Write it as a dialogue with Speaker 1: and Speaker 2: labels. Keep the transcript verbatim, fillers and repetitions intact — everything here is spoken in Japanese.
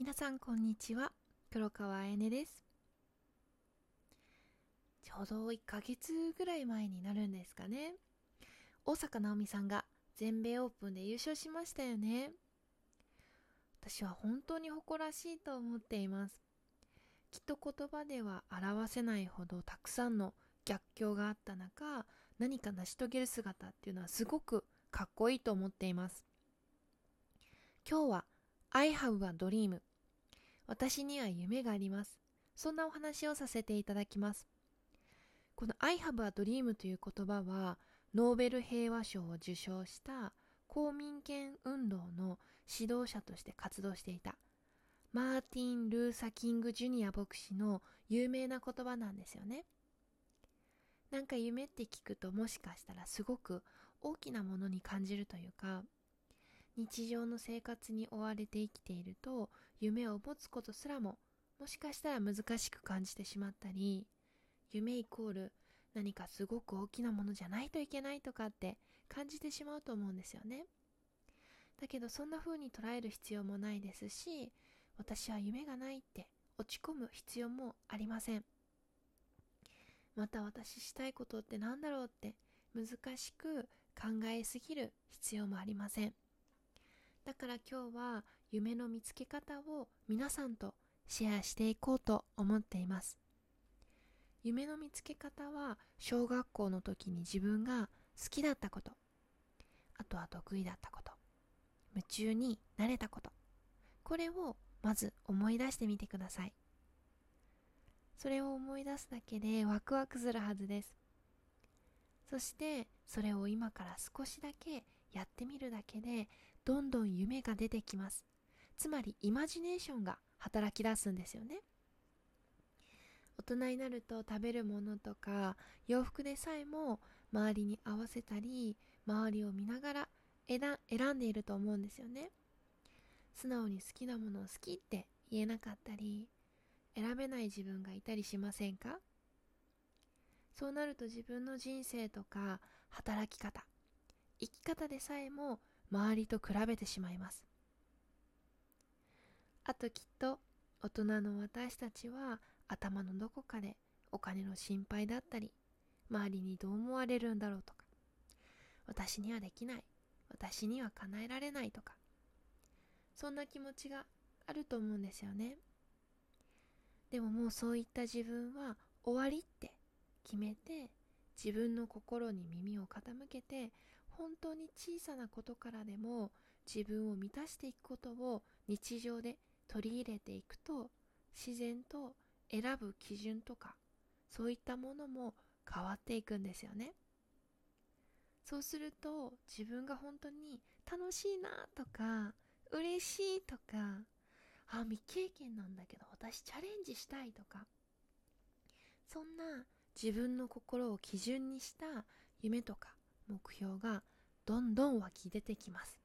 Speaker 1: 皆さんこんにちは、黒川あやねです。ちょうどいっかげつぐらい前になるんですかね。大坂なおみさんが全米オープンで優勝しましたよね。私は本当に誇らしいと思っています。きっと言葉では表せないほどたくさんの逆境があった中、何か成し遂げる姿っていうのはすごくかっこいいと思っています。今日は I have a dream、 私には夢があります、そんなお話をさせていただきます。この I have a dream という言葉はノーベル平和賞を受賞した公民権運動の指導者として活動していたマーティン・ルーサ・キング・ジュニア牧師の有名な言葉なんですよね。なんか夢って聞くともしかしたらすごく大きなものに感じるというか、日常の生活に追われて生きていると夢を持つことすらももしかしたら難しく感じてしまったり、夢イコール何かすごく大きなものじゃないといけないとかって感じてしまうと思うんですよね。だけどそんな風に捉える必要もないですし、私は夢がないって落ち込む必要もありません。また私したいことってなんだろうって難しく考えすぎる必要もありません。だから今日は夢の見つけ方を皆さんとシェアしていこうと思っています。夢の見つけ方は小学校の時に自分が好きだったこと、あとは得意だったこと、夢中になれたこと、これをまず思い出してみてください。それを思い出すだけでワクワクするはずです。そしてそれを今から少しだけやってみるだけでどんどん夢が出てきます。つまりイマジネーションが働き出すんですよね。大人になると食べるものとか洋服でさえも周りに合わせたり、周りを見ながら選んでいると思うんですよね。素直に好きなものを好きって言えなかったり、選べない自分がいたりしませんか？そうなると自分の人生とか働き方、生き方でさえも周りと比べてしまいます。あときっと大人の私たちは頭のどこかでお金の心配だったり、周りにどう思われるんだろうとか、私にはできない、私には叶えられないとか、そんな気持ちがあると思うんですよね。でももうそういった自分は終わりって決めて、自分の心に耳を傾けて、本当に小さなことからでも自分を満たしていくことを日常で取り入れていくと、自然と選ぶ基準とかそういったものも変わっていくんですよね。そうすると自分が本当に楽しいなとか嬉しいとか、あ、未経験なんだけど私チャレンジしたいとか、そんな自分の心を基準にした夢とか目標がどんどん湧き出てきます。